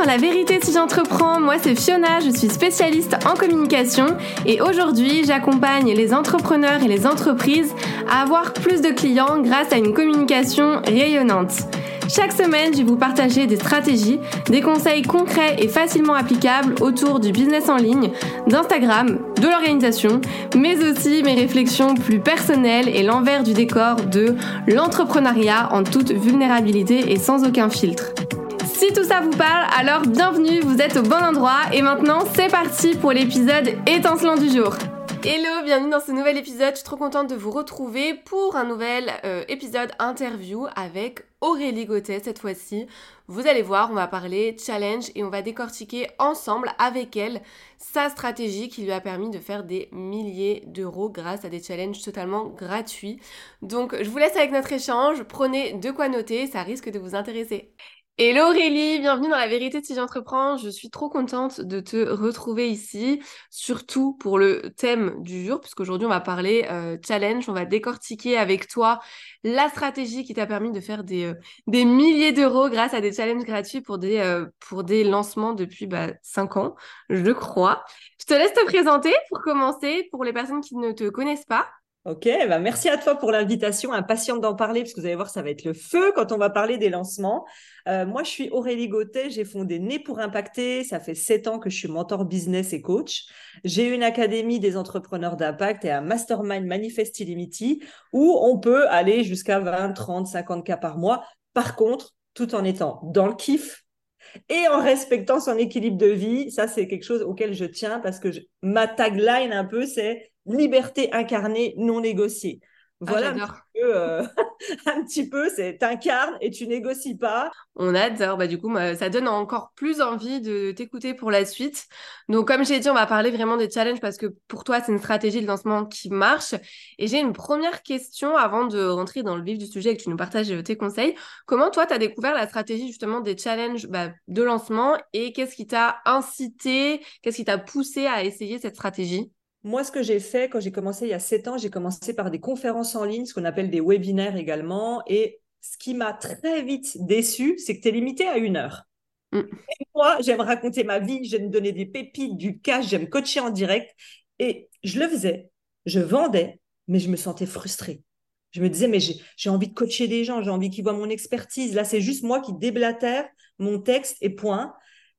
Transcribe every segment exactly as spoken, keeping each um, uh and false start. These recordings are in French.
La Vérité si j'entreprends, moi c'est Fiona, je suis spécialiste en communication et aujourd'hui j'accompagne les entrepreneurs et les entreprises à avoir plus de clients grâce à une communication rayonnante. Chaque semaine, je vais vous partager des stratégies, des conseils concrets et facilement applicables autour du business en ligne, d'Instagram, de l'organisation, mais aussi mes réflexions plus personnelles et l'envers du décor de l'entrepreneuriat en toute vulnérabilité et sans aucun filtre. Si tout ça vous parle, alors bienvenue, vous êtes au bon endroit et maintenant c'est parti pour l'épisode étincelant du jour. Hello, bienvenue dans ce nouvel épisode, je suis trop contente de vous retrouver pour un nouvel euh, épisode interview avec Aurélie Gauthier cette fois-ci. Vous allez voir, on va parler challenge et on va décortiquer ensemble avec elle sa stratégie qui lui a permis de faire des milliers d'euros grâce à des challenges totalement gratuits. Donc je vous laisse avec notre échange, prenez de quoi noter, ça risque de vous intéresser. Hello Aurélie, bienvenue dans La Vérité si j'entreprends. Je suis trop contente de te retrouver ici, surtout pour le thème du jour, puisqu'aujourd'hui on va parler euh, challenge, on va décortiquer avec toi la stratégie qui t'a permis de faire des, euh, des milliers d'euros grâce à des challenges gratuits pour des, euh, pour des lancements depuis bah, cinq ans, je crois. Je te laisse te présenter pour commencer, pour les personnes qui ne te connaissent pas. Ok, bah merci à toi pour l'invitation, impatiente d'en parler, parce que vous allez voir, ça va être le feu quand on va parler des lancements. Euh, moi, je suis Aurélie Gauthier, j'ai fondé Né pour Impacter, ça fait sept ans que je suis mentor business et coach. J'ai une académie des entrepreneurs d'impact et un mastermind Manifest Illimity, où on peut aller jusqu'à vingt, trente, cinquante cas par mois. Par contre, tout en étant dans le kiff, et en respectant son équilibre de vie. Ça, c'est quelque chose auquel je tiens parce que je, ma tagline un peu, c'est liberté incarnée, non négociée. Ah, Voilà un petit j'adore. peu, euh, un petit peu, c'est t'incarnes et tu négocies pas. On adore, bah du coup moi, ça donne encore plus envie de t'écouter pour la suite. Donc comme j'ai dit, on va parler vraiment des challenges parce que pour toi c'est une stratégie de lancement qui marche. Et j'ai une première question avant de rentrer dans le vif du sujet et que tu nous partages tes conseils. Comment toi tu as découvert la stratégie justement des challenges bah, de lancement et qu'est-ce qui t'a incité, qu'est-ce qui t'a poussé à essayer cette stratégie? Moi, ce que j'ai fait quand j'ai commencé il y a sept ans, j'ai commencé par des conférences en ligne, ce qu'on appelle des webinaires également. Et ce qui m'a très vite déçue, c'est que tu es limité à une heure. Mm. Moi, j'aime raconter ma vie, j'aime donner des pépites, du cash, j'aime coacher en direct. Et je le faisais, je vendais, mais je me sentais frustrée. Je me disais, mais j'ai, j'ai envie de coacher des gens, j'ai envie qu'ils voient mon expertise. Là, c'est juste moi qui déblatère mon texte et point.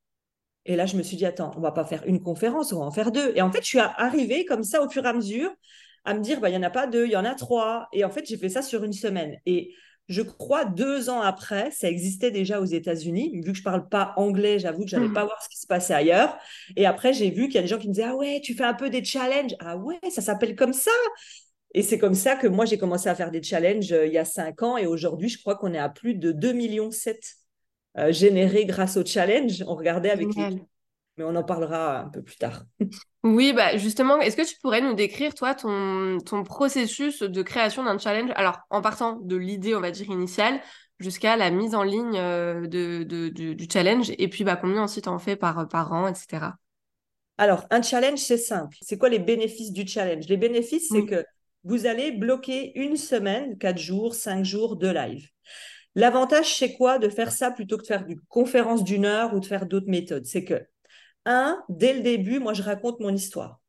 Et là, je me suis dit, attends, on va pas faire une conférence, on va en faire deux. Et en fait, je suis arrivée comme ça au fur et à mesure à me dire, bah, il n'y en a pas deux, il y en a trois. Et en fait, j'ai fait ça sur une semaine. Et je crois, deux ans après, ça existait déjà aux États-Unis. Vu que je parle pas anglais, j'avoue que j'allais pas Mm. voir ce qui se passait ailleurs. Et après, j'ai vu qu'il y a des gens qui me disaient, ah ouais, tu fais un peu des challenges. Ah ouais, ça s'appelle comme ça. Et c'est comme ça que moi, j'ai commencé à faire des challenges euh, il y a cinq ans. Et aujourd'hui, je crois qu'on est à plus de deux virgule sept millions euh, générés grâce au challenge. On regardait avec l'équipe, Génial. mais on en parlera un peu plus tard. Oui, bah justement, est-ce que tu pourrais nous décrire, toi, ton, ton processus de création d'un challenge? Alors, en partant de l'idée, on va dire, initiale, jusqu'à la mise en ligne euh, de, de- du, du challenge, et puis bah, combien ensuite on fait par, par an, et cetera. Alors, un challenge, c'est simple. C'est quoi les bénéfices du challenge? Les bénéfices, c'est Oui. que vous allez bloquer une semaine, quatre jours, cinq jours de live. L'avantage, c'est quoi de faire ça plutôt que de faire une conférence d'une heure ou de faire d'autres méthodes? C'est que, un, dès le début, moi, je raconte mon histoire.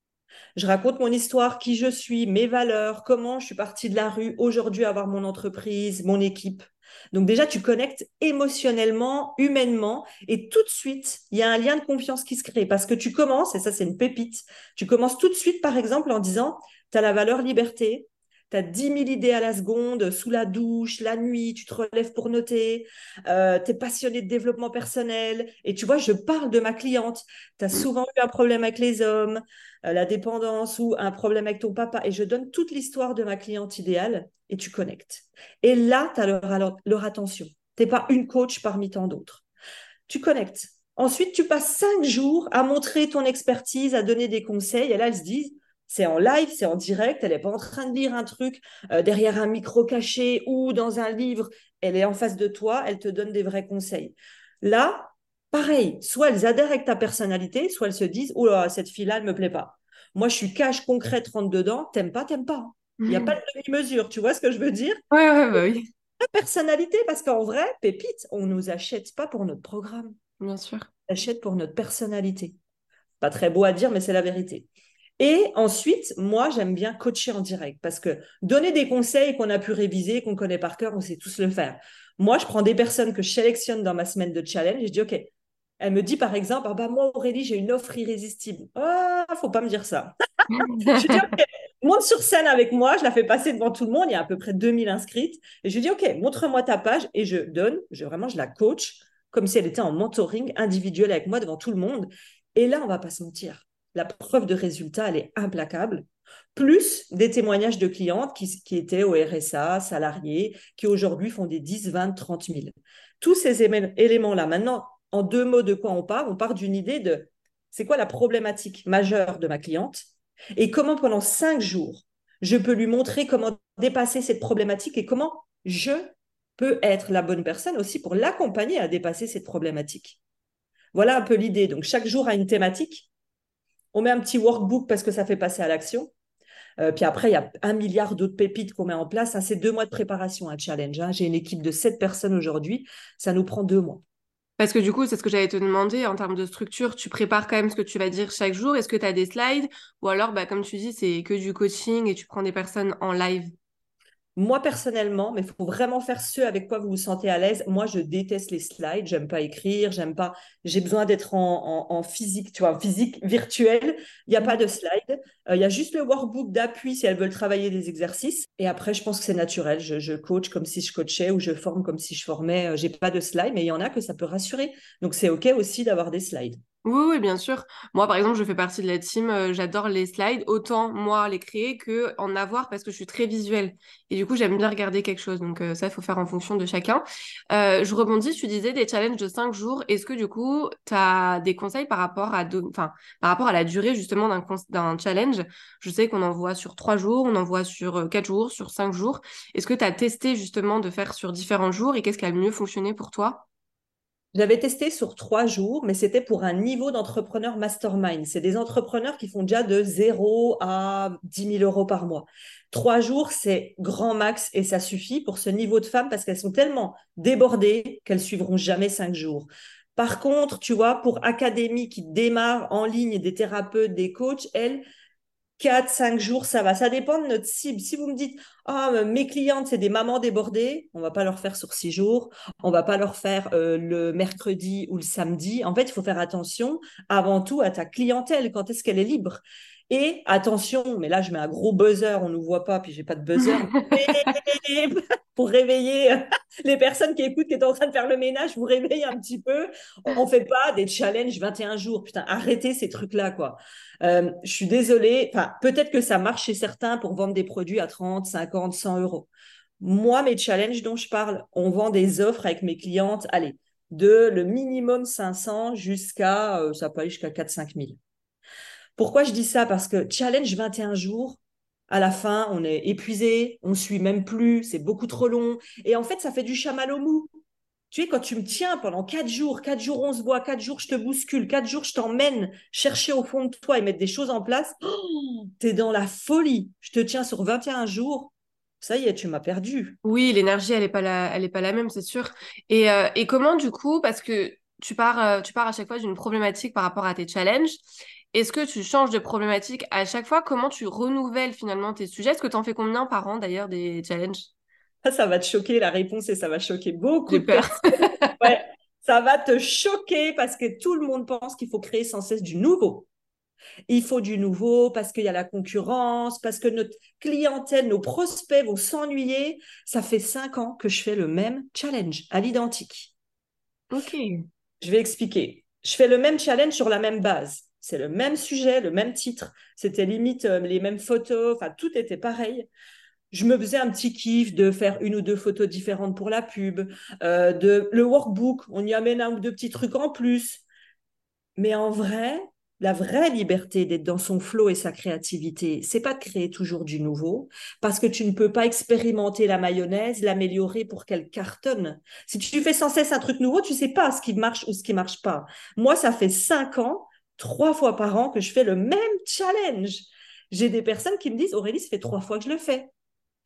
Je raconte mon histoire, qui je suis, mes valeurs, comment je suis partie de la rue aujourd'hui à avoir mon entreprise, mon équipe. Donc déjà, tu connectes émotionnellement, humainement, et tout de suite, il y a un lien de confiance qui se crée parce que tu commences, et ça c'est une pépite, tu commences tout de suite par exemple en disant, tu as la valeur liberté, tu as dix mille idées à la seconde, sous la douche, la nuit, tu te relèves pour noter, euh, tu es passionné de développement personnel, et tu vois, je parle de ma cliente, tu as souvent eu un problème avec les hommes, euh, la dépendance ou un problème avec ton papa, et je donne toute l'histoire de ma cliente idéale, et tu connectes. Et là, tu as leur, leur attention. Tu n'es pas une coach parmi tant d'autres. Tu connectes. Ensuite, tu passes cinq jours à montrer ton expertise, à donner des conseils. Et là, elles se disent, c'est en live, c'est en direct. Elle n'est pas en train de lire un truc euh, derrière un micro caché ou dans un livre. Elle est en face de toi, elle te donne des vrais conseils. Là, pareil, soit elles adhèrent avec ta personnalité, soit elles se disent, oh là, cette fille-là, elle ne me plaît pas. Moi, je suis cash concrète, rentre dedans. T'aimes pas, t'aimes pas. Il n'y a pas de demi-mesure. Tu vois ce que je veux dire? Ouais, ouais, bah oui. Personnalité, parce qu'en vrai, pépite, on ne nous achète pas pour notre programme. Bien sûr. On achète pour notre personnalité. Pas très beau à dire, mais c'est la vérité. Et ensuite, moi, j'aime bien coacher en direct parce que donner des conseils qu'on a pu réviser, qu'on connaît par cœur, on sait tous le faire. Moi, je prends des personnes que je sélectionne dans ma semaine de challenge et je dis, OK, elle me dit par exemple, ah bah moi, Aurélie, j'ai une offre irrésistible. Ah, faut pas me dire ça. Je dis, OK, monte sur scène avec moi, je la fais passer devant tout le monde, il y a à peu près deux mille inscrites. Et je lui dis, OK, montre-moi ta page et je donne, je, vraiment, je la coach comme si elle était en mentoring individuel avec moi devant tout le monde. Et là, on va pas se mentir. La preuve de résultat, elle est implacable. Plus des témoignages de clientes qui, qui étaient au R S A, salariés, qui aujourd'hui font des dix, vingt, trente mille. Tous ces éléments-là, maintenant, en deux mots, de quoi on part? On part d'une idée de c'est quoi la problématique majeure de ma cliente et comment pendant cinq jours, je peux lui montrer comment dépasser cette problématique et comment je peux être la bonne personne aussi pour l'accompagner à dépasser cette problématique. Voilà un peu l'idée. Donc, chaque jour a une thématique. On met un petit workbook parce que ça fait passer à l'action. Euh, puis après, il y a un milliard d'autres pépites qu'on met en place. Hein, c'est deux mois de préparation, un challenge. Hein. J'ai une équipe de sept personnes aujourd'hui. Ça nous prend deux mois. Parce que du coup, c'est ce que j'allais te demander en termes de structure. Tu prépares quand même ce que tu vas dire chaque jour. Est-ce que tu as des slides? Ou alors, bah, comme tu dis, c'est que du coaching et tu prends des personnes en live? Moi, personnellement, mais il faut vraiment faire ce avec quoi vous vous sentez à l'aise. Moi, je déteste les slides. J'aime pas écrire. J'aime pas. J'ai besoin d'être en, en, en physique, tu vois, en physique virtuelle. Il n'y a pas de slide. Euh, Il y a juste le workbook d'appui si elles veulent travailler des exercices. Et après, je pense que c'est naturel. Je, je coach comme si je coachais ou je forme comme si je formais. Euh, J'ai pas de slide, mais il y en a que ça peut rassurer. Donc, c'est OK aussi d'avoir des slides. Oui, oui, bien sûr. Moi, par exemple, je fais partie de la team, euh, j'adore les slides, autant moi les créer que en avoir parce que je suis très visuelle. Et du coup, j'aime bien regarder quelque chose. Donc euh, ça, il faut faire en fonction de chacun. Euh, je rebondis, tu disais des challenges de cinq jours. Est-ce que du coup, tu as des conseils par rapport à, de- enfin, par rapport à la durée justement d'un cons- d'un challenge? Je sais qu'on en voit sur trois jours, on en voit sur euh, quatre jours, sur cinq jours. Est-ce que tu as testé justement de faire sur différents jours et qu'est-ce qui a le mieux fonctionné pour toi? J'avais testé sur trois jours, mais c'était pour un niveau d'entrepreneur mastermind. C'est des entrepreneurs qui font déjà de zéro à dix mille euros par mois. Trois jours, c'est grand max et ça suffit pour ce niveau de femmes parce qu'elles sont tellement débordées qu'elles suivront jamais cinq jours. Par contre, tu vois, pour académie qui démarre en ligne, des thérapeutes, des coachs, elles, quatre, cinq jours, ça va. Ça dépend de notre cible. Si vous me dites, ah, mes clientes, c'est des mamans débordées, on va pas leur faire sur six jours, on va pas leur faire euh, le mercredi ou le samedi. En fait, il faut faire attention avant tout à ta clientèle, quand est-ce qu'elle est libre. Et attention, mais là, je mets un gros buzzer, on ne nous voit pas, puis j'ai pas de buzzer. Pour réveiller les personnes qui écoutent, qui est en train de faire le ménage, vous réveillez un petit peu. On fait pas des challenges vingt et un jours. Putain, arrêtez ces trucs-là, quoi. Euh, je suis désolée. Enfin, peut-être que ça marche chez certains pour vendre des produits à trente, cinquante, cent euros. Moi, mes challenges dont je parle, on vend des offres avec mes clientes, allez, de le minimum cinq cents jusqu'à, euh, ça peut aller jusqu'à quatre cinq mille. Pourquoi je dis ça? Parce que challenge vingt et un jours, à la fin, on est épuisé, on suit même plus, c'est beaucoup trop long. Et en fait, ça fait du chamallow mou. Tu sais, quand tu me tiens pendant quatre jours, quatre jours on se voit, quatre jours je te bouscule, quatre jours je t'emmène chercher au fond de toi et mettre des choses en place, oh, t'es dans la folie. Je te tiens sur vingt et un jours, ça y est, tu m'as perdu. Oui, l'énergie, elle est pas la, elle est pas la même, c'est sûr. Et, euh, et comment, du coup, parce que tu pars, euh, tu pars à chaque fois d'une problématique par rapport à tes challenges, est-ce que tu changes de problématique à chaque fois? Comment tu renouvelles finalement tes sujets? Est-ce que tu en fais combien par an d'ailleurs des challenges? Ça, ça va te choquer la réponse et ça va choquer beaucoup J'ai de peur. personnes. Ouais, ça va te choquer parce que tout le monde pense qu'il faut créer sans cesse du nouveau. Il faut du nouveau parce qu'il y a la concurrence, parce que notre clientèle, nos prospects vont s'ennuyer. Ça fait cinq ans que je fais le même challenge à l'identique. Ok. Je vais expliquer. Je fais le même challenge sur la même base. C'est le même sujet, le même titre. C'était limite euh, les mêmes photos. Enfin, tout était pareil. Je me faisais un petit kiff de faire une ou deux photos différentes pour la pub. Euh, de, le workbook, on y amène un ou deux petits trucs en plus. Mais en vrai, la vraie liberté d'être dans son flow et sa créativité, c'est pas de créer toujours du nouveau, parce que tu ne peux pas expérimenter la mayonnaise, l'améliorer pour qu'elle cartonne. Si tu fais sans cesse un truc nouveau, tu sais pas ce qui marche ou ce qui marche pas. Moi, ça fait cinq ans, trois fois par an, que je fais le même challenge. J'ai des personnes qui me disent, Aurélie, ça fait trois fois que je le fais.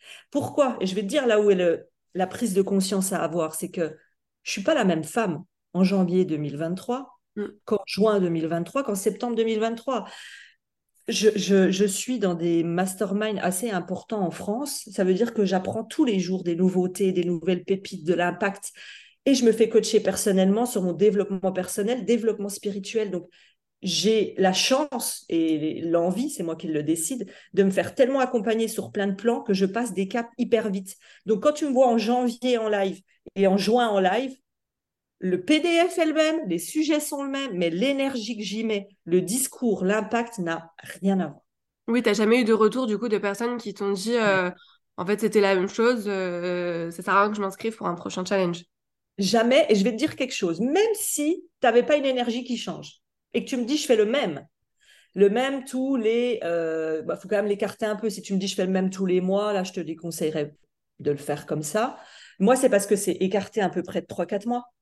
Pourquoi? Et je vais te dire là où est le, la prise de conscience à avoir, c'est que je suis pas la même femme en janvier deux mille vingt-trois, Mm. qu'en juin deux mille vingt-trois, qu'en septembre deux mille vingt-trois. Je, je, je suis dans des masterminds assez importants en France. Ça veut dire que j'apprends tous les jours des nouveautés, des nouvelles pépites, de l'impact. Et je me fais coacher personnellement sur mon développement personnel, développement spirituel. Donc, j'ai la chance et l'envie, c'est moi qui le décide, de me faire tellement accompagner sur plein de plans que je passe des caps hyper vite. Donc, quand tu me vois en janvier en live et en juin en live, le P D F est le même, les sujets sont le même, mais l'énergie que j'y mets, le discours, l'impact n'a rien à voir. Oui, t'as jamais eu de retour du coup de personnes qui t'ont dit euh, en fait c'était la même chose, euh, ça sert à rien que je m'inscrive pour un prochain challenge. Jamais, et je vais te dire quelque chose, même si tu n'avais pas une énergie qui change et que tu me dis je fais le même, le même tous les... Il euh, bah, faut quand même l'écarter un peu. Si tu me dis je fais le même tous les mois, là je te déconseillerais de le faire comme ça. Moi, c'est parce que c'est écarté à peu près de trois quatre mois.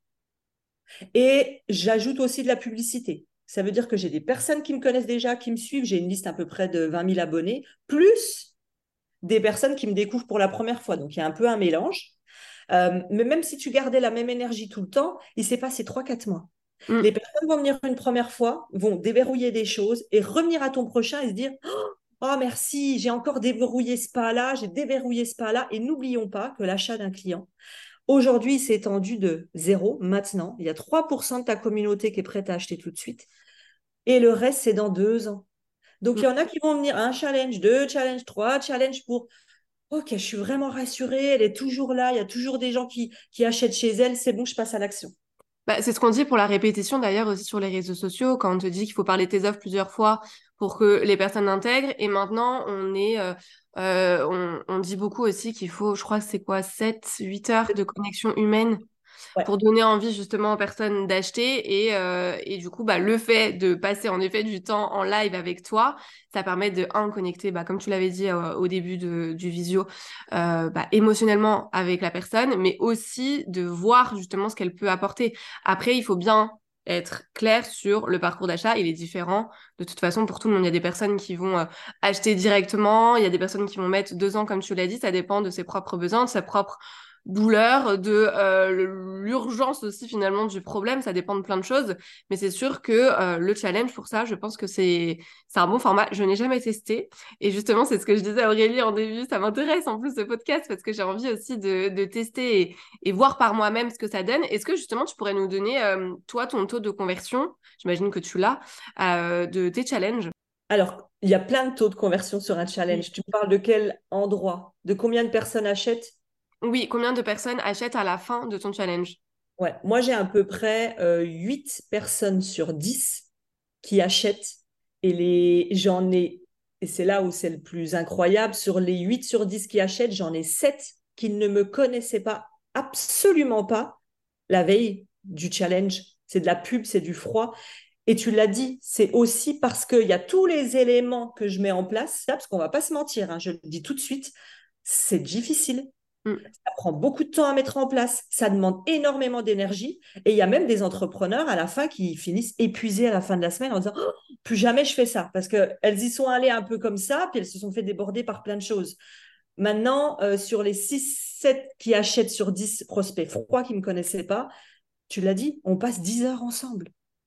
Et j'ajoute aussi de la publicité. Ça veut dire que j'ai des personnes qui me connaissent déjà, qui me suivent. J'ai une liste à peu près de vingt mille abonnés, plus des personnes qui me découvrent pour la première fois. Donc, il y a un peu un mélange. Euh, mais même si tu gardais la même énergie tout le temps, il s'est passé trois quatre mois. Mm. Les personnes vont venir une première fois, vont déverrouiller des choses et revenir à ton prochain et se dire oh merci, j'ai encore déverrouillé ce pas-là, j'ai déverrouillé ce pas-là. Et n'oublions pas que l'achat d'un client, aujourd'hui, c'est étendu de zéro. Maintenant, il y a trois pour cent de ta communauté qui est prête à acheter tout de suite. Et le reste, c'est dans deux ans. Donc, il y en a qui vont venir un challenge, deux challenges, trois challenges pour ok, je suis vraiment rassurée, elle est toujours là, il y a toujours des gens qui, qui achètent chez elle, c'est bon, je passe à l'action. Bah, c'est ce qu'on dit pour la répétition d'ailleurs aussi sur les réseaux sociaux, quand on te dit qu'il faut parler de tes offres plusieurs fois pour que les personnes intègrent. Et maintenant, on est, euh, euh, on, on dit beaucoup aussi qu'il faut, je crois que c'est quoi, sept huit heures de connexion humaine Ouais. pour donner envie justement aux personnes d'acheter. Et, euh, et du coup, bah, le fait de passer en effet du temps en live avec toi, ça permet de, un, connecter, bah, comme tu l'avais dit euh, au début de, du visio, euh, bah, émotionnellement avec la personne, mais aussi de voir justement ce qu'elle peut apporter. Après, il faut bien être clair sur le parcours d'achat, il est différent de toute façon pour tout le monde. Il y a des personnes qui vont euh, acheter directement, il y a des personnes qui vont mettre deux ans, comme tu l'as dit, ça dépend de ses propres besoins, de sa propre douleur, de euh, l'urgence aussi finalement du problème, ça dépend de plein de choses, mais c'est sûr que euh, le challenge pour ça, je pense que c'est c'est un bon format. Je n'ai jamais testé et justement c'est ce que je disais à Aurélie en début, ça m'intéresse en plus ce podcast parce que j'ai envie aussi de, de tester et, et voir par moi-même ce que ça donne. Est-ce que justement tu pourrais nous donner euh, toi ton taux de conversion, j'imagine que tu l'as, euh, de tes challenges? Alors, il y a plein de taux de conversion sur un Oui. challenge. Tu me parles de quel endroit? De combien de personnes achètent? Oui, combien de personnes achètent à la fin de ton challenge? Ouais, moi j'ai à peu près euh, huit personnes sur dix qui achètent et les j'en ai, et c'est là où c'est le plus incroyable, sur les huit sur dix qui achètent, j'en ai sept qui ne me connaissaient pas, absolument pas, la veille du challenge. C'est de la pub, c'est du froid. Et tu l'as dit, c'est aussi parce qu'il y a tous les éléments que je mets en place, parce qu'on ne va pas se mentir, hein, je le dis tout de suite, c'est difficile. Mm. Ça prend beaucoup de temps à mettre en place, ça demande énormément d'énergie. Et il y a même des entrepreneurs à la fin qui finissent épuisés à la fin de la semaine en disant oh, plus jamais je fais ça, parce qu'elles y sont allées un peu comme ça, puis elles se sont fait déborder par plein de choses. Maintenant, euh, sur les six sept qui achètent sur dix prospects froids qui ne me connaissaient pas, tu l'as dit, on passe dix heures ensemble.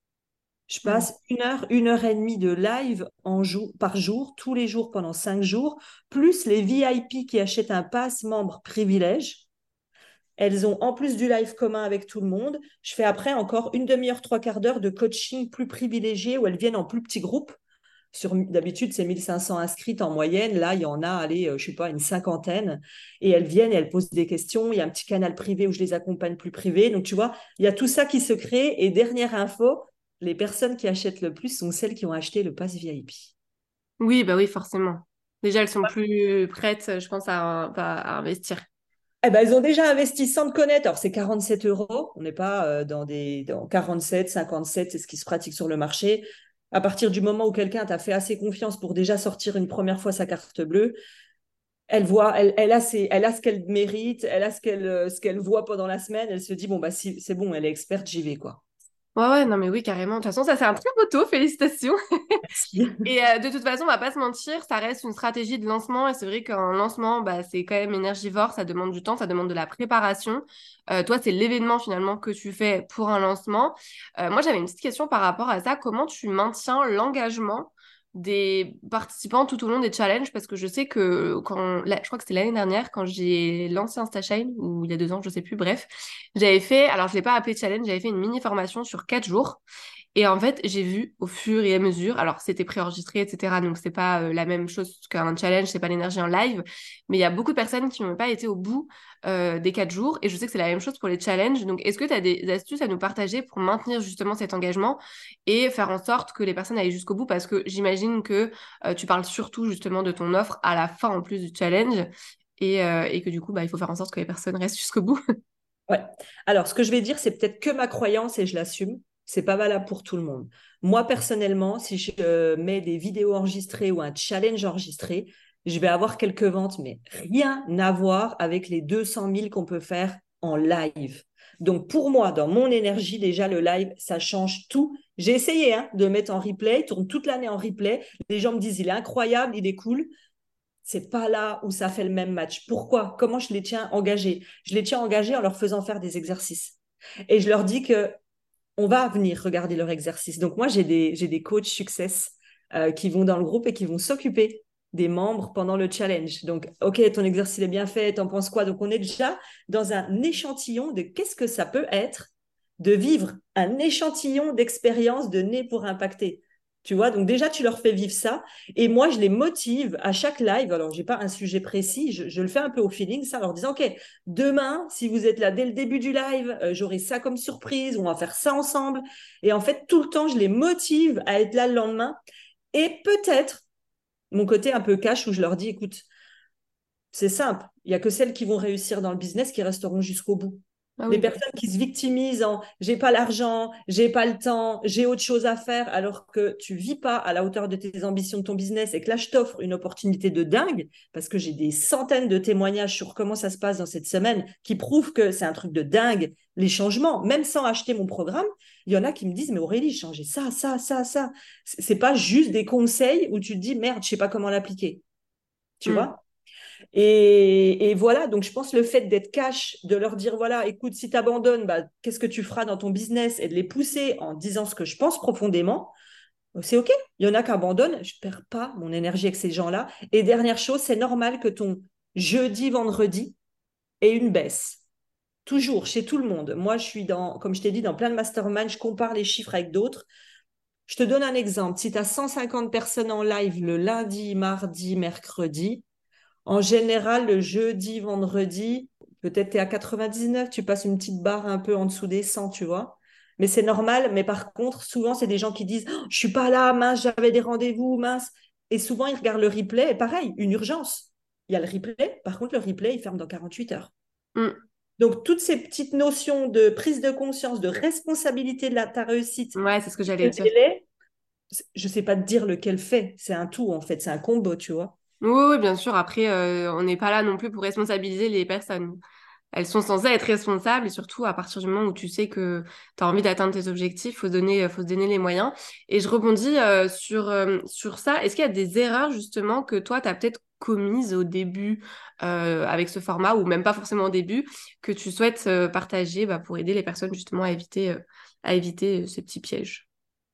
Je Mm. passe une heure, une heure et demie de live en jour, par jour, tous les jours pendant cinq jours, plus les V I P qui achètent un pass membre privilège. Elles ont en plus du live commun avec tout le monde. Je fais après encore une demi-heure, trois quarts d'heure de coaching plus privilégié où elles viennent en plus petits groupes. Sur, d'habitude, c'est mille cinq cents inscrites en moyenne. Là, il y en a, allez, euh, je sais pas, une cinquantaine. Et elles viennent et elles posent des questions. Il y a un petit canal privé où je les accompagne plus privé. Donc, tu vois, il y a tout ça qui se crée. Et dernière info, les personnes qui achètent le plus sont celles qui ont acheté le pass V I P. Oui, bah oui, forcément. Déjà, elles sont plus prêtes, je pense, à, à investir. Eh ben, elles ont déjà investi sans te connaître. Alors, c'est quarante-sept euros. On n'est pas euh, dans des dans quarante-sept, cinquante-sept, c'est ce qui se pratique sur le marché. À partir du moment où quelqu'un t'a fait assez confiance pour déjà sortir une première fois sa carte bleue, elle voit, elle, elle a, ses, elle a ce qu'elle mérite, elle a ce qu'elle euh, ce qu'elle voit pendant la semaine. Elle se dit, bon, bah, si c'est bon, elle est experte, j'y vais, quoi. Ouais, ouais, non, mais oui, carrément. De toute façon, ça, c'est un très beau taux. Félicitations. Merci. Et euh, de toute façon, on va pas se mentir, ça reste une stratégie de lancement. Et c'est vrai qu'un lancement, bah, c'est quand même énergivore. Ça demande du temps, ça demande de la préparation. Euh, toi, c'est l'événement finalement que tu fais pour un lancement. Euh, moi, j'avais une petite question par rapport à ça. Comment tu maintiens l'engagement des participants tout au long des challenges? Parce que je sais que quand, là, je crois que c'était l'année dernière, quand j'ai lancé InstaShine, ou il y a deux ans, je sais plus, bref, j'avais fait, alors je l'ai pas appelé challenge, j'avais fait une mini formation sur quatre jours. Et en fait, j'ai vu au fur et à mesure, alors c'était préenregistré, et cetera. Donc c'est pas euh, la même chose qu'un challenge, c'est pas l'énergie en live, mais il y a beaucoup de personnes qui n'ont pas été au bout euh, des quatre jours. Et je sais que c'est la même chose pour les challenges. Donc est-ce que tu as des astuces à nous partager pour maintenir justement cet engagement et faire en sorte que les personnes aillent jusqu'au bout? Parce que j'imagine que euh, tu parles surtout justement de ton offre à la fin en plus du challenge et, euh, et que du coup, bah, il faut faire en sorte que les personnes restent jusqu'au bout. Ouais. Alors, ce que je vais dire, c'est peut-être que ma croyance et je l'assume. C'est pas valable pour tout le monde. Moi, personnellement, si je euh, mets des vidéos enregistrées ou un challenge enregistré, je vais avoir quelques ventes, mais rien à voir avec les deux cent mille qu'on peut faire en live. Donc, pour moi, dans mon énergie, déjà, le live, ça change tout. J'ai essayé hein, de le mettre en replay, il tourne toute l'année en replay. Les gens me disent, il est incroyable, il est cool. C'est pas là où ça fait le même match. Pourquoi? Comment je les tiens engagés? Je les tiens engagés en leur faisant faire des exercices. Et je leur dis que on va venir regarder leurs exercices. Donc moi, j'ai des, j'ai des coachs success euh, qui vont dans le groupe et qui vont s'occuper des membres pendant le challenge. Donc, OK, ton exercice est bien fait, t'en penses quoi? Donc, on est déjà dans un échantillon de qu'est-ce que ça peut être de vivre un échantillon d'expérience de nez pour impacter. Tu vois, donc déjà, tu leur fais vivre ça. Et moi, je les motive à chaque live. Alors, j'ai pas un sujet précis, je, je le fais un peu au feeling, ça, en leur disant, OK, demain, si vous êtes là dès le début du live, euh, j'aurai ça comme surprise, on va faire ça ensemble. Et en fait, tout le temps, je les motive à être là le lendemain. Et peut-être, mon côté un peu cash, où je leur dis, écoute, c'est simple, il n'y a que celles qui vont réussir dans le business qui resteront jusqu'au bout. Ah Les oui, bah, personnes qui se victimisent en j'ai pas l'argent, j'ai pas le temps, j'ai autre chose à faire, alors que tu vis pas à la hauteur de tes ambitions de ton business et que là je t'offre une opportunité de dingue parce que j'ai des centaines de témoignages sur comment ça se passe dans cette semaine qui prouvent que c'est un truc de dingue les changements, même sans acheter mon programme. Il y en a qui me disent mais Aurélie, j'ai changé ça, ça, ça, ça. C'est pas juste des conseils où tu te dis merde, je sais pas comment l'appliquer. Tu hmm. vois? Et, et, voilà, donc je pense le fait d'être cash, de leur dire, voilà, écoute, si tu abandonnes, bah, qu'est-ce que tu feras dans ton business et de les pousser en disant ce que je pense profondément, c'est OK. Il y en a qui abandonnent, je ne perds pas mon énergie avec ces gens-là. Et dernière chose, c'est normal que ton jeudi, vendredi ait une baisse. Toujours, chez tout le monde. Moi, je suis dans, comme je t'ai dit, dans plein de masterminds, je compare les chiffres avec d'autres. Je te donne un exemple. Si tu as cent cinquante personnes en live le lundi, mardi, mercredi, en général, le jeudi, vendredi, peut-être tu es à quatre-vingt-dix-neuf, tu passes une petite barre un peu en dessous des cent, tu vois. Mais c'est normal. Mais par contre, souvent, c'est des gens qui disent oh, je suis pas là, mince, j'avais des rendez-vous, mince. Et souvent, ils regardent le replay. Et pareil, une urgence. Il y a le replay. Par contre, le replay, il ferme dans quarante-huit heures. Hmm. Donc, toutes ces petites notions de prise de conscience, de responsabilité de la, ta réussite, Ouais, c'est ce que j'allais le dire. délai, je ne sais pas te dire lequel fait. C'est un tout, en fait. C'est un combo, tu vois. Oui, oui, bien sûr. Après, euh, on n'est pas là non plus pour responsabiliser les personnes. Elles sont censées être responsables et surtout à partir du moment où tu sais que tu as envie d'atteindre tes objectifs, faut donner, faut se donner les moyens. Et je rebondis euh, sur, euh, sur ça. Est-ce qu'il y a des erreurs justement que toi, tu as peut-être commises au début euh, avec ce format ou même pas forcément au début que tu souhaites euh, partager bah, pour aider les personnes justement à éviter, euh, à éviter euh, ces petits pièges?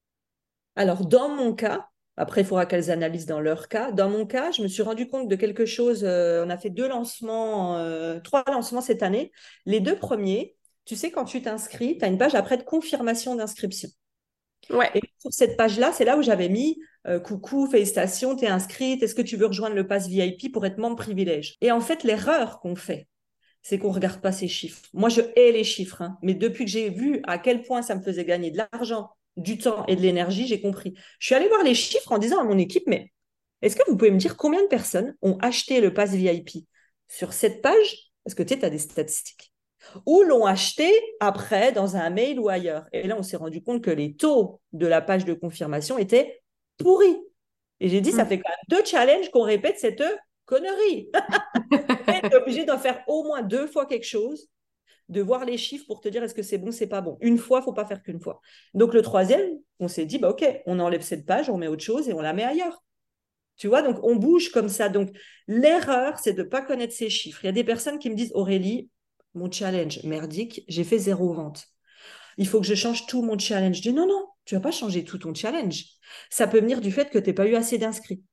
Alors, dans mon cas, après, il faudra qu'elles analysent dans leur cas. Dans mon cas, je me suis rendu compte de quelque chose. Euh, on a fait deux lancements, euh, trois lancements cette année. Les deux premiers, tu sais, quand tu t'inscris, tu as une page après de confirmation d'inscription. Ouais. Et sur cette page-là, c'est là où j'avais mis euh, coucou, félicitations, t'es inscrite, est-ce que tu veux rejoindre le pass V I P pour être membre privilège? Et en fait, l'erreur qu'on fait, c'est qu'on ne regarde pas ces chiffres. Moi, je hais les chiffres, hein, mais depuis que j'ai vu à quel point ça me faisait gagner de l'argent, du temps et de l'énergie, j'ai compris. Je suis allée voir les chiffres en disant à mon équipe, mais est-ce que vous pouvez me dire combien de personnes ont acheté le pass V I P sur cette page? Parce que tu sais, tu as des statistiques. Ou l'ont acheté après dans un mail ou ailleurs. Et là, on s'est rendu compte que les taux de la page de confirmation étaient pourris. Et j'ai dit, ça Mm. fait quand même deux challenges qu'on répète cette connerie. Tu es obligé d'en faire au moins deux fois quelque chose de voir les chiffres pour te dire est-ce que c'est bon, c'est pas bon. Une fois, il ne faut pas faire qu'une fois. Donc, le troisième, on s'est dit, bah, OK, on enlève cette page, on met autre chose et on la met ailleurs. Tu vois, donc on bouge comme ça. Donc, l'erreur, c'est de ne pas connaître ces chiffres. Il y a des personnes qui me disent, Aurélie, mon challenge merdique, j'ai fait zéro vente. Il faut que je change tout mon challenge. Je dis, non, non, tu ne vas pas changer tout ton challenge. Ça peut venir du fait que tu n'aies pas eu assez d'inscrits.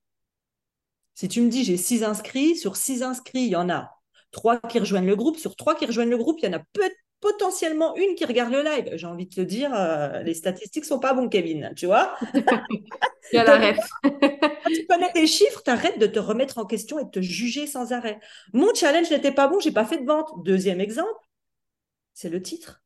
Si tu me dis, j'ai six inscrits, sur six inscrits, il y en a trois qui rejoignent le groupe. Sur trois qui rejoignent le groupe, il y en a peut potentiellement une qui regarde le live. J'ai envie de te dire, euh, les statistiques sont pas bons, Kevin, tu vois. Il y a la Donc, ref. quand tu connais tes chiffres, tu arrêtes de te remettre en question et de te juger sans arrêt. Mon challenge n'était pas bon, j'ai pas fait de vente. Deuxième exemple, c'est le titre.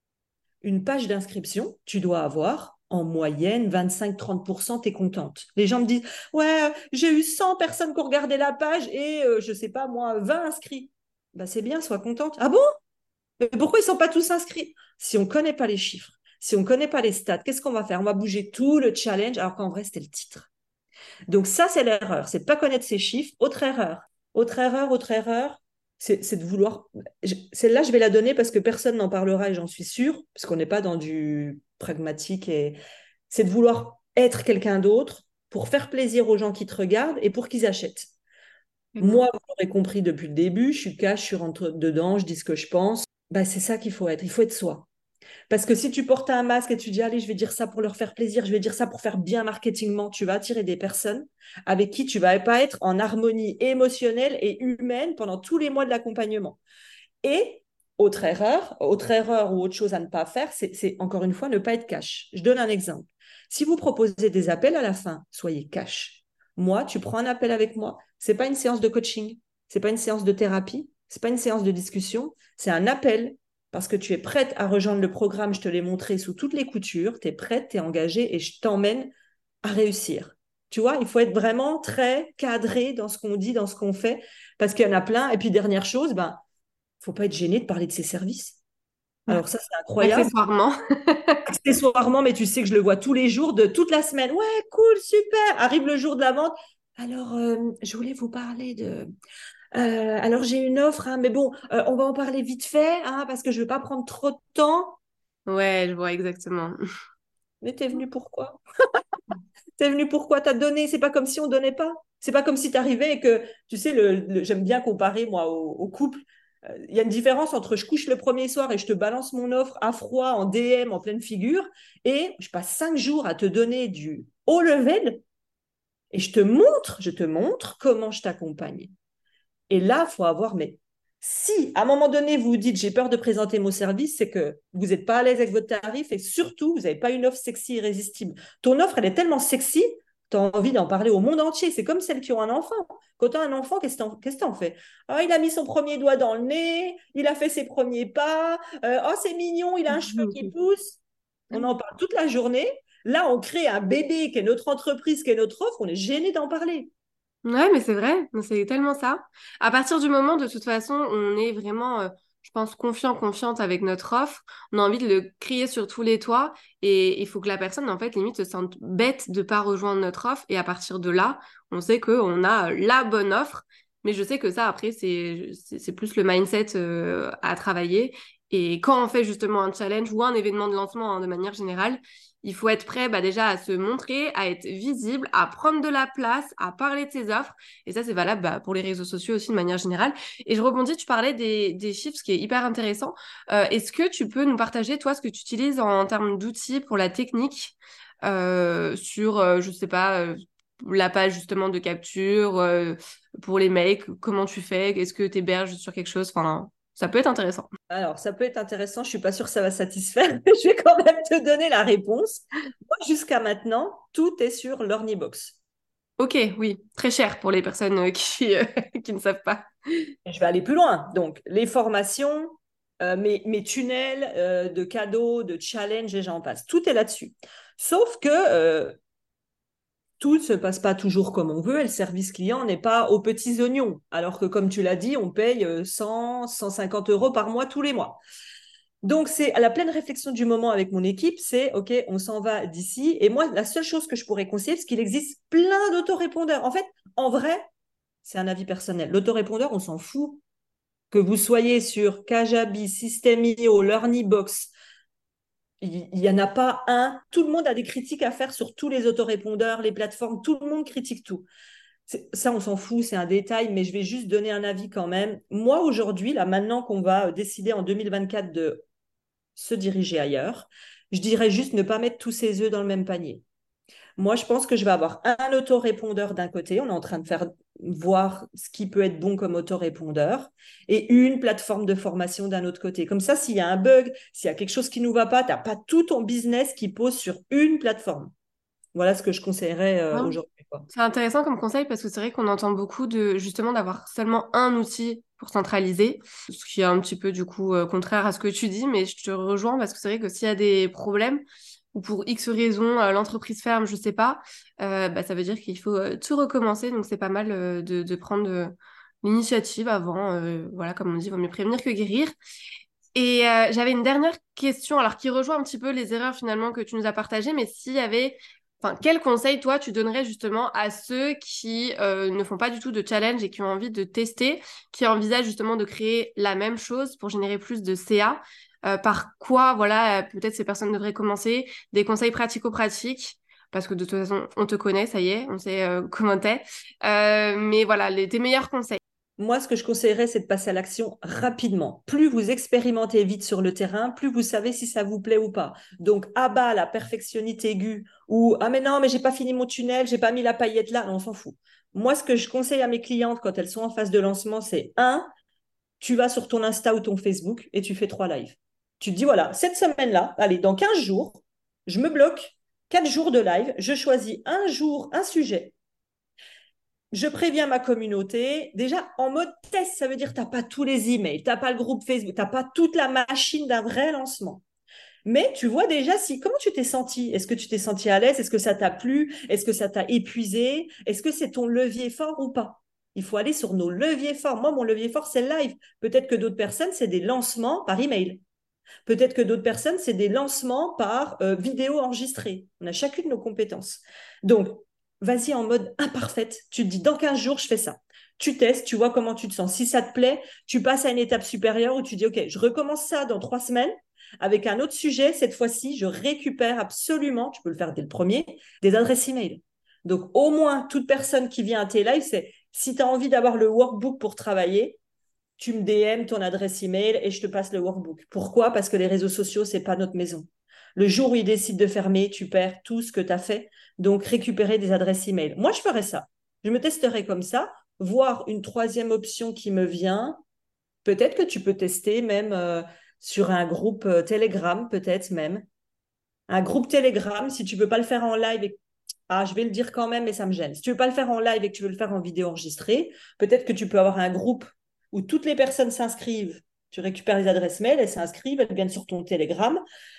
Une page d'inscription, tu dois avoir en moyenne vingt-cinq à trente pour cent, tu es contente. Les gens me disent, ouais, j'ai eu cent personnes qui ont regardé la page et, euh, je ne sais pas moi, vingt inscrits. Ben, c'est bien, sois contente. Ah bon? Mais pourquoi ils ne sont pas tous inscrits? Si on ne connaît pas les chiffres, si on ne connaît pas les stats, qu'est-ce qu'on va faire? On va bouger tout le challenge alors qu'en vrai, c'était le titre. Donc ça, c'est l'erreur. C'est de ne pas connaître ces chiffres. Autre erreur. Autre erreur, autre erreur, c'est, c'est de vouloir... Celle-là, je vais la donner parce que personne n'en parlera et j'en suis sûre, parce qu'on n'est pas dans du pragmatique. Et... C'est de vouloir être quelqu'un d'autre pour faire plaisir aux gens qui te regardent et pour qu'ils achètent. Mmh. Moi, vous l'aurez compris depuis le début, je suis cash, je suis rentre dedans, je dis ce que je pense. Ben, c'est ça qu'il faut être. Il faut être soi. Parce que si tu portes un masque et tu dis, allez, je vais dire ça pour leur faire plaisir, je vais dire ça pour faire bien marketingement, tu vas attirer des personnes avec qui tu ne vas pas être en harmonie émotionnelle et humaine pendant tous les mois de l'accompagnement. Et autre erreur, autre erreur ou autre chose à ne pas faire, c'est, c'est encore une fois ne pas être cash. Je donne un exemple. Si vous proposez des appels à la fin, soyez cash. Moi, tu prends un appel avec moi, ce n'est pas une séance de coaching, ce n'est pas une séance de thérapie, ce n'est pas une séance de discussion, c'est un appel parce que tu es prête à rejoindre le programme, je te l'ai montré sous toutes les coutures, tu es prête, tu es engagée et je t'emmène à réussir. Tu vois, il faut être vraiment très cadré dans ce qu'on dit, dans ce qu'on fait, parce qu'il y en a plein. Et puis, dernière chose, ben, il ne faut pas être gêné de parler de ses services. Alors ça, c'est incroyable. Accessoirement. Accessoirement, mais tu sais que je le vois tous les jours, de toute la semaine. Ouais, cool, super. Arrive le jour de la vente. Alors, euh, je voulais vous parler de... Euh, alors, j'ai une offre, hein, mais bon, euh, on va en parler vite fait, hein, parce que je ne veux pas prendre trop de temps. Ouais, je vois exactement. Mais t'es venu pourquoi? T'es venu pourquoi? T'as donné, c'est pas comme si on donnait pas. C'est pas comme si t'arrivais et que, tu sais, le, le- j'aime bien comparer, moi, au, au couple. Euh, Il y a une différence entre je couche le premier soir et je te balance mon offre à froid, en D M, en pleine figure, et je passe cinq jours à te donner du haut level et je te montre, je te montre comment je t'accompagne. Et là, il faut avoir, mais si à un moment donné, vous vous dites j'ai peur de présenter mon service, c'est que vous n'êtes pas à l'aise avec votre tarif et surtout, vous n'avez pas une offre sexy irrésistible. Ton offre, elle est tellement sexy, tu as envie d'en parler au monde entier. C'est comme celles qui ont un enfant. Quand tu as un enfant, qu'est-ce que tu en fais? Ah, il a mis son premier doigt dans le nez, il a fait ses premiers pas, euh, oh, c'est mignon, il a un cheveu qui pousse. On en parle toute la journée. Là, on crée un bébé qui est notre entreprise, qui est notre offre, on est gêné d'en parler. Ouais, mais c'est vrai, c'est tellement ça. À partir du moment, de toute façon, on est vraiment, euh, je pense, confiant, confiante avec notre offre, on a envie de le crier sur tous les toits et il faut que la personne, en fait, limite, se sente bête de pas rejoindre notre offre et à partir de là, on sait qu'on a la bonne offre. Mais je sais que ça, après, c'est, c'est, c'est plus le mindset, euh, à travailler. Et quand on fait justement un challenge ou un événement de lancement, hein, de manière générale, il faut être prêt bah, déjà à se montrer, à être visible, à prendre de la place, à parler de ses offres. Et ça, c'est valable bah, pour les réseaux sociaux aussi de manière générale. Et je rebondis, tu parlais des, des chiffres, ce qui est hyper intéressant. Euh, est-ce que tu peux nous partager, toi, ce que tu utilises en termes d'outils pour la technique euh, sur, euh, je sais pas, euh, la page justement de capture, euh, pour les mails, comment tu fais? Est-ce que tu héberges sur quelque chose? Enfin, ça peut être intéressant. Alors, ça peut être intéressant, je ne suis pas sûre que ça va satisfaire, mais je vais quand même te donner la réponse. Moi, jusqu'à maintenant, tout est sur l'Ornibox. Ok, oui, très cher pour les personnes euh, qui, euh, qui ne savent pas. Et je vais aller plus loin. Donc, les formations, euh, mes, mes tunnels euh, de cadeaux, de challenges et j'en passe. Tout est là-dessus. Sauf que euh, tout ne se passe pas toujours comme on veut et le service client n'est pas aux petits oignons. Alors que, comme tu l'as dit, on paye cent, cent cinquante euros par mois tous les mois. Donc, c'est à la pleine réflexion du moment avec mon équipe, c'est OK, on s'en va d'ici. Et moi, la seule chose que je pourrais conseiller, c'est qu'il existe plein d'autorépondeurs. En fait, en vrai, c'est un avis personnel. L'autorépondeur, on s'en fout Que vous soyez sur Kajabi, System.io, Learnybox, il n'y en a pas un. Tout le monde a des critiques à faire sur tous les autorépondeurs, les plateformes, tout le monde critique tout. Ça, on s'en fout, c'est un détail, mais je vais juste donner un avis quand même. Moi, aujourd'hui, là, maintenant qu'on va décider en deux mille vingt-quatre de se diriger ailleurs, je dirais juste ne pas mettre tous ses œufs dans le même panier. Moi, je pense que je vais avoir un autorépondeur d'un côté, on est en train de faire voir ce qui peut être bon comme autorépondeur, et une plateforme de formation d'un autre côté. Comme ça, s'il y a un bug, s'il y a quelque chose qui ne nous va pas, tu n'as pas tout ton business qui pose sur une plateforme. Voilà ce que je conseillerais euh, Ouais. aujourd'hui. C'est intéressant comme conseil parce que c'est vrai qu'on entend beaucoup de justement d'avoir seulement un outil pour centraliser, ce qui est un petit peu du coup euh, contraire à ce que tu dis, mais je te rejoins parce que c'est vrai que s'il y a des problèmes ou pour X raisons euh, l'entreprise ferme, je sais pas, euh, bah, ça veut dire qu'il faut euh, tout recommencer, donc c'est pas mal euh, de, de prendre euh, l'initiative avant, euh, voilà, comme on dit, vaut mieux prévenir que guérir. Et euh, j'avais une dernière question, alors qui rejoint un petit peu les erreurs finalement que tu nous as partagées, mais s'il y avait, enfin, quel conseil toi tu donnerais justement à ceux qui euh, ne font pas du tout de challenge et qui ont envie de tester, qui envisagent justement de créer la même chose pour générer plus de C A, euh, par quoi, voilà, euh, peut-être ces personnes devraient commencer, des conseils pratico-pratiques, parce que de toute façon on te connaît, ça y est, on sait euh, comment t'es, euh, mais voilà, les, tes meilleurs conseils. Moi, ce que je conseillerais, c'est de passer à l'action rapidement. Plus vous expérimentez vite sur le terrain, plus vous savez si ça vous plaît ou pas. Donc, à bas la perfectionnité aiguë ou ah mais non, mais j'ai pas fini mon tunnel, j'ai pas mis la paillette là, on s'en fout. Moi, ce que je conseille à mes clientes quand elles sont en phase de lancement, c'est un, tu vas sur ton Insta ou ton Facebook et tu fais trois lives. Tu te dis voilà, cette semaine-là, allez, dans quinze jours, je me bloque quatre jours de live, je choisis un jour, un sujet. Je préviens ma communauté. Déjà, en mode test, ça veut dire que tu n'as pas tous les emails, tu n'as pas le groupe Facebook, tu n'as pas toute la machine d'un vrai lancement. Mais tu vois déjà si comment tu t'es senti. Est-ce que tu t'es senti à l'aise? Est-ce que ça t'a plu? Est-ce que ça t'a épuisé? Est-ce que c'est ton levier fort ou pas? Il faut aller sur nos leviers forts. Moi, mon levier fort, c'est le live. Peut-être que d'autres personnes, c'est des lancements par email. Peut-être que d'autres personnes, c'est des lancements par euh, vidéo enregistrée. On a chacune nos compétences. Donc, vas-y en mode imparfaite. Tu te dis, dans quinze jours, je fais ça. Tu testes, tu vois comment tu te sens. Si ça te plaît, tu passes à une étape supérieure où tu dis, OK, je recommence ça dans trois semaines avec un autre sujet. Cette fois-ci, je récupère absolument, tu peux le faire dès le premier, des adresses email. Donc, au moins, toute personne qui vient à tes lives, c'est si tu as envie d'avoir le workbook pour travailler, tu me D M ton adresse email et je te passe le workbook. Pourquoi? Parce que les réseaux sociaux, c'est pas notre maison. Le jour où ils décident de fermer, tu perds tout ce que tu as fait. Donc, récupérer des adresses email. Moi, je ferais ça. Je me testerai comme ça, voir une troisième option qui me vient. Peut-être que tu peux tester même euh, sur un groupe euh, Telegram, peut-être même. Un groupe Telegram, si tu ne peux pas le faire en live et ah, je vais le dire quand même, mais ça me gêne. Si tu veux pas le faire en live et que tu veux le faire en vidéo enregistrée, peut-être que tu peux avoir un groupe où toutes les personnes s'inscrivent. Tu récupères les adresses mail, elles s'inscrivent, elles viennent sur ton Telegram.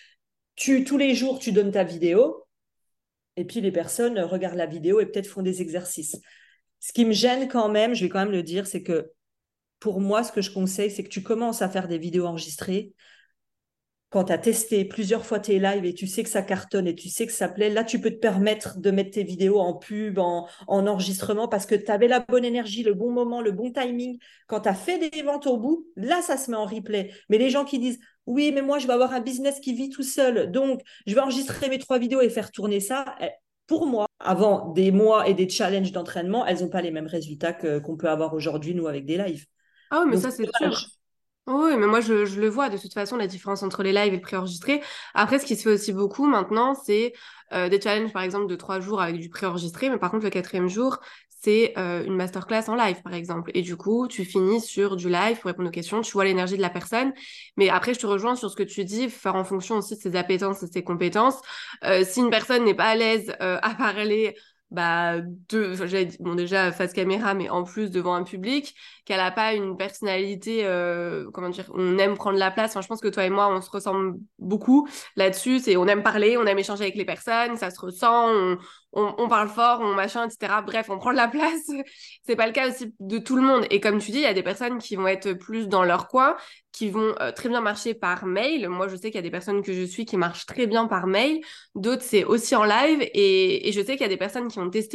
Tu, tous les jours, tu donnes ta vidéo et puis les personnes regardent la vidéo et peut-être font des exercices. Ce qui me gêne quand même, je vais quand même le dire, c'est que pour moi, ce que je conseille, c'est que tu commences à faire des vidéos enregistrées. Quand tu as testé plusieurs fois tes lives et tu sais que ça cartonne et tu sais que ça plaît, là, tu peux te permettre de mettre tes vidéos en pub, en, en enregistrement, parce que tu avais la bonne énergie, le bon moment, le bon timing. Quand tu as fait des ventes au bout, là, ça se met en replay. Mais les gens qui disent, oui, mais moi, je vais avoir un business qui vit tout seul, donc je vais enregistrer mes trois vidéos et faire tourner ça, pour moi, avant des mois et des challenges d'entraînement, elles n'ont pas les mêmes résultats que, qu'on peut avoir aujourd'hui, nous, avec des lives. Ah oui, mais Donc, ça c'est c'est sûr. dommage. Oui, mais moi je, je le vois de toute façon, la différence entre les lives et le préenregistré. Après, ce qui se fait aussi beaucoup maintenant, c'est euh, des challenges par exemple de trois jours avec du préenregistré, mais par contre le quatrième jour, c'est euh, une masterclass en live par exemple. Et du coup, tu finis sur du live pour répondre aux questions, tu vois l'énergie de la personne. Mais après, je te rejoins sur ce que tu dis, faire en fonction aussi de ses appétences et de ses compétences. Euh, si une personne n'est pas à l'aise euh, à parler, bah, de, enfin, j'allais dire, bon déjà face caméra, mais en plus devant un public, qu'elle a pas une personnalité, euh, comment dire, on aime prendre la place. Enfin, je pense que toi et moi, on se ressemble beaucoup là-dessus. C'est, on aime parler, on aime échanger avec les personnes, ça se ressent, on, on, on parle fort, on machin, et cetera. Bref, on prend de la place. C'est pas le cas aussi de tout le monde. Et comme tu dis, il y a des personnes qui vont être plus dans leur coin, qui vont euh, très bien marcher par mail. Moi, je sais qu'il y a des personnes que je suis qui marchent très bien par mail. D'autres, c'est aussi en live. Et, et je sais qu'il y a des personnes qui ont testé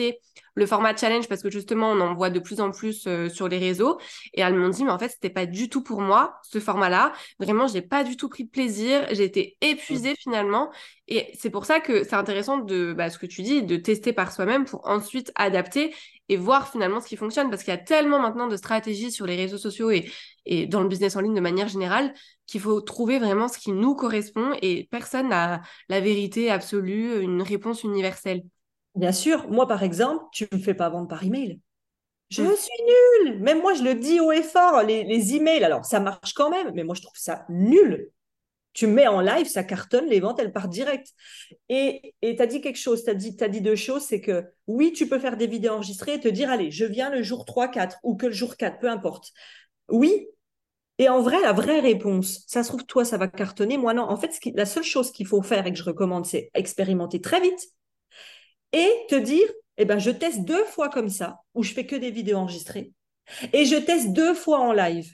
le format challenge parce que justement, on en voit de plus en plus euh, sur les réseaux. Et elles m'ont dit, mais en fait, c'était pas du tout pour moi, ce format-là. Vraiment, j'ai pas du tout pris de plaisir. J'ai été épuisée finalement. Et c'est pour ça que c'est intéressant de, bah, ce que tu dis, de tester par soi-même pour ensuite adapter et voir finalement ce qui fonctionne. Parce qu'il y a tellement maintenant de stratégies sur les réseaux sociaux et, et dans le business en ligne de manière générale qu'il faut trouver vraiment ce qui nous correspond et personne n'a la vérité absolue, une réponse universelle. Bien sûr, moi par exemple, tu ne me fais pas vendre par email. Je Mm. suis nulle. Même moi, je le dis haut et fort, les, les emails, alors ça marche quand même, mais moi je trouve ça nul. Tu me mets en live, ça cartonne, les ventes, elles partent direct. Et tu as dit quelque chose, tu as dit, t'as dit deux choses, c'est que oui, tu peux faire des vidéos enregistrées et te dire, allez, je viens le jour trois, quatre ou que le jour quatre, peu importe. Oui, et en vrai, la vraie réponse, ça se trouve, toi, ça va cartonner, moi non. En fait, ce qui, la seule chose qu'il faut faire et que je recommande, c'est expérimenter très vite et te dire, eh ben, je teste deux fois comme ça, où je fais que des vidéos enregistrées, et je teste deux fois en live.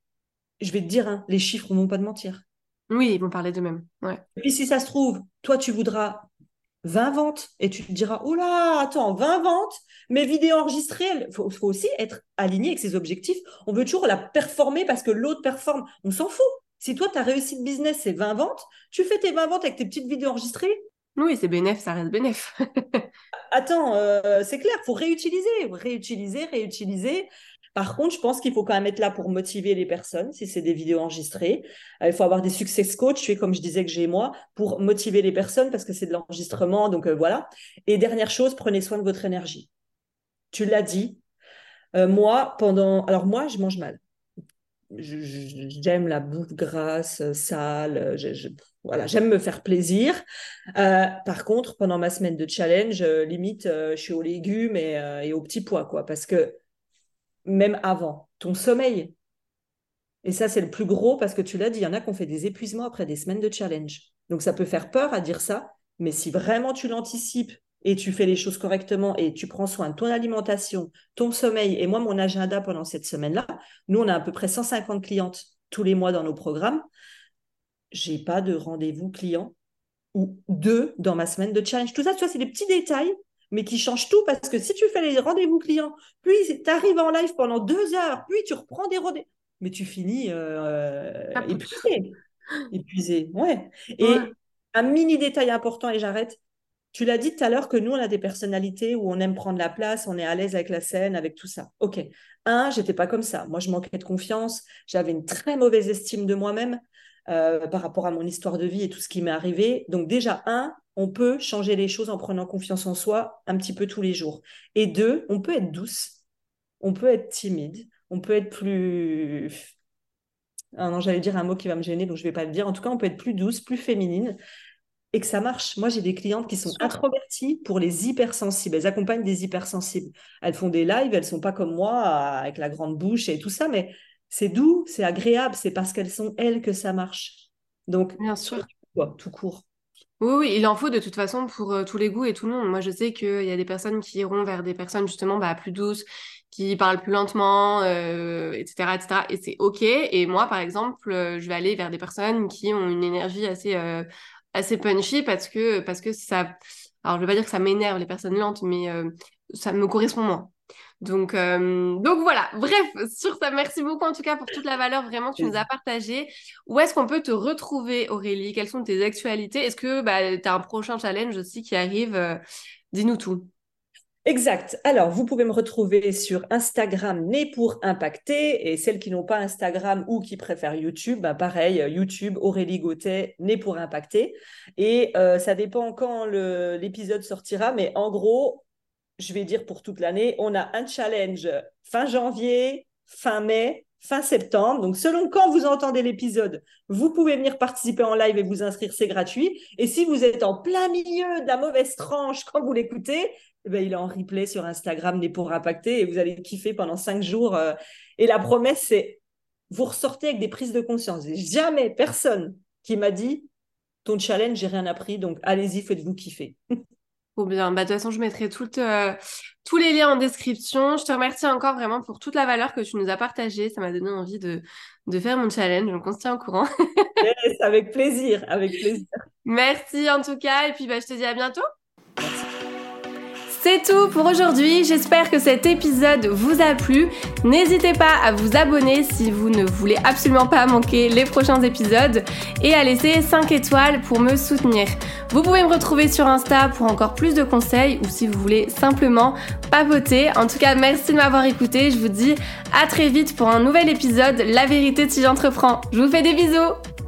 Je vais te dire, hein, les chiffres ne vont pas te mentir. Oui, ils vont parler d'eux-mêmes. Ouais. Et puis si ça se trouve, toi, tu voudras vingt ventes et tu te diras, oh là, attends, vingt ventes, mes vidéos enregistrées, il faut, faut aussi être aligné avec ses objectifs. On veut toujours la performer parce que l'autre performe. On s'en fout. Si toi, ta réussite business, c'est vingt ventes, tu fais tes vingt ventes avec tes petites vidéos enregistrées. Oui, c'est bénéf, ça reste bénéf. Attends, euh, c'est clair, il faut réutiliser, réutiliser, réutiliser. Par contre, je pense qu'il faut quand même être là pour motiver les personnes, si c'est des vidéos enregistrées. Euh, il faut avoir des success coach, tu es comme je disais que j'ai moi, pour motiver les personnes parce que c'est de l'enregistrement. Donc euh, voilà. Et dernière chose, prenez soin de votre énergie. Tu l'as dit. Euh, moi, pendant. Alors moi, je mange mal. Je- je- J'aime la bouffe grasse, euh, sale. Je, je- voilà, j'aime me faire plaisir. Euh, par contre, pendant ma semaine de challenge, euh, limite, euh, je suis aux légumes et, euh, et aux petits pois, quoi. Parce que même avant, ton sommeil, et ça, c'est le plus gros parce que tu l'as dit, il y en a qui ont fait des épuisements après des semaines de challenge. Donc, ça peut faire peur à dire ça, mais si vraiment tu l'anticipes et tu fais les choses correctement et tu prends soin de ton alimentation, ton sommeil, et moi, mon agenda pendant cette semaine-là, nous, on a à peu près cent cinquante clientes tous les mois dans nos programmes. J'ai pas de rendez-vous client ou deux dans ma semaine de challenge. Tout ça, tu vois, c'est des petits détails, mais qui changent tout parce que si tu fais les rendez-vous clients, puis tu arrives en live pendant deux heures, puis tu reprends des rendez-vous, mais tu finis euh, Capote. épuisé. Épuisé, ouais. Ouais. Et un mini détail important, et j'arrête. Tu l'as dit tout à l'heure que nous, on a des personnalités où on aime prendre la place, on est à l'aise avec la scène, avec tout ça. Ok. Un, j'étais pas comme ça. Moi, je manquais de confiance. J'avais une très mauvaise estime de moi-même euh, par rapport à mon histoire de vie et tout ce qui m'est arrivé. Donc déjà, un, on peut changer les choses en prenant confiance en soi un petit peu tous les jours. Et deux, on peut être douce, on peut être timide, on peut être plus... Ah non, j'allais dire un mot qui va me gêner, donc je vais pas le dire. En tout cas, on peut être plus douce, plus féminine et que ça marche. Moi, j'ai des clientes qui sont Sûr. introverties pour les hypersensibles. Elles accompagnent des hypersensibles. Elles font des lives, elles sont pas comme moi, avec la grande bouche et tout ça, mais c'est doux, c'est agréable, c'est parce qu'elles sont elles que ça marche. Donc, Bien sois sûr. toi, tout court. Oui, oui, il en faut de toute façon pour euh, tous les goûts et tout le monde. Moi, je sais qu'il y a des personnes qui iront vers des personnes justement bah, plus douces, qui parlent plus lentement, euh, et cetera, et cetera. Et c'est OK. Et moi, par exemple, euh, je vais aller vers des personnes qui ont une énergie assez, euh, assez punchy parce que, parce que ça... Alors, je vais pas dire que ça m'énerve, les personnes lentes, mais euh, ça me correspond moins. Donc, euh, donc voilà, bref, sur ça, merci beaucoup en tout cas pour toute la valeur vraiment que tu nous as partagée. Où est-ce qu'on peut te retrouver, Aurélie? Quelles sont tes actualités? Est-ce que bah, tu as un prochain challenge aussi qui arrive? Euh, dis-nous tout. Exact. Alors, vous pouvez me retrouver sur Instagram, Né pour Impacter. Et celles qui n'ont pas Instagram ou qui préfèrent YouTube, bah pareil, YouTube, Aurélie Gauthier, Né pour Impacter. Et euh, ça dépend quand le- l'épisode sortira, mais en gros, je vais dire pour toute l'année, on a un challenge fin janvier, fin mai, fin septembre. Donc, selon quand vous entendez l'épisode, vous pouvez venir participer en live et vous inscrire, c'est gratuit. Et si vous êtes en plein milieu de la mauvaise tranche quand vous l'écoutez, eh ben, il est en replay sur Instagram, Né pour Impacter, et vous allez kiffer pendant cinq jours. euh. Et la promesse, c'est vous ressortez avec des prises de conscience. Et jamais personne qui m'a dit ton challenge, j'ai rien appris, donc allez-y, faites-vous kiffer. Trop bien. Bah, de toute façon, je mettrai tout, euh, tous les liens en description. Je te remercie encore vraiment pour toute la valeur que tu nous as partagée. Ça m'a donné envie de, de faire mon challenge. Donc, on se tient au courant. Yes, avec plaisir, avec plaisir. Merci en tout cas. Et puis, bah, je te dis à bientôt. Merci. C'est tout pour aujourd'hui, j'espère que cet épisode vous a plu. N'hésitez pas à vous abonner si vous ne voulez absolument pas manquer les prochains épisodes et à laisser cinq étoiles pour me soutenir. Vous pouvez me retrouver sur Insta pour encore plus de conseils ou si vous voulez simplement papoter. En tout cas, merci de m'avoir écouté. Je vous dis à très vite pour un nouvel épisode La vérité si j'entreprends. Je vous fais des bisous.